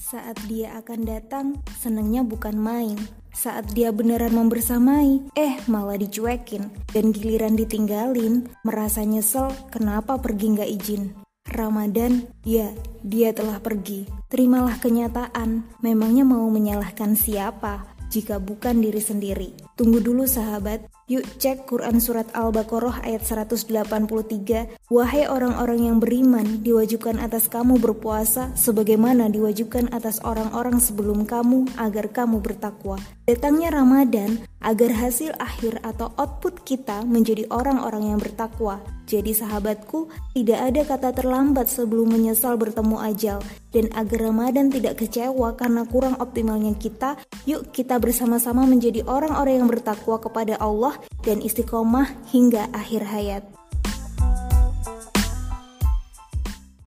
Saat dia akan datang, senangnya bukan main. Saat dia beneran membersamai, malah dicuekin. Dan giliran ditinggalin, merasa nyesel kenapa pergi gak izin. Ramadan, ya, dia telah pergi. Terimalah kenyataan, memangnya mau menyalahkan siapa jika bukan diri sendiri. Tunggu dulu sahabat, yuk cek Quran Surat Al-Baqarah ayat 183. Wahai orang-orang yang beriman, diwajibkan atas kamu berpuasa sebagaimana diwajibkan atas orang-orang sebelum kamu agar kamu bertakwa. Datangnya Ramadan agar hasil akhir atau output kita menjadi orang-orang yang bertakwa. Jadi sahabatku, tidak ada kata terlambat sebelum menyesal bertemu ajal. Dan agar Ramadan tidak kecewa karena kurang optimalnya kita, yuk kita bersama-sama menjadi orang-orang yang bertakwa kepada Allah dan istiqomah hingga akhir hayat.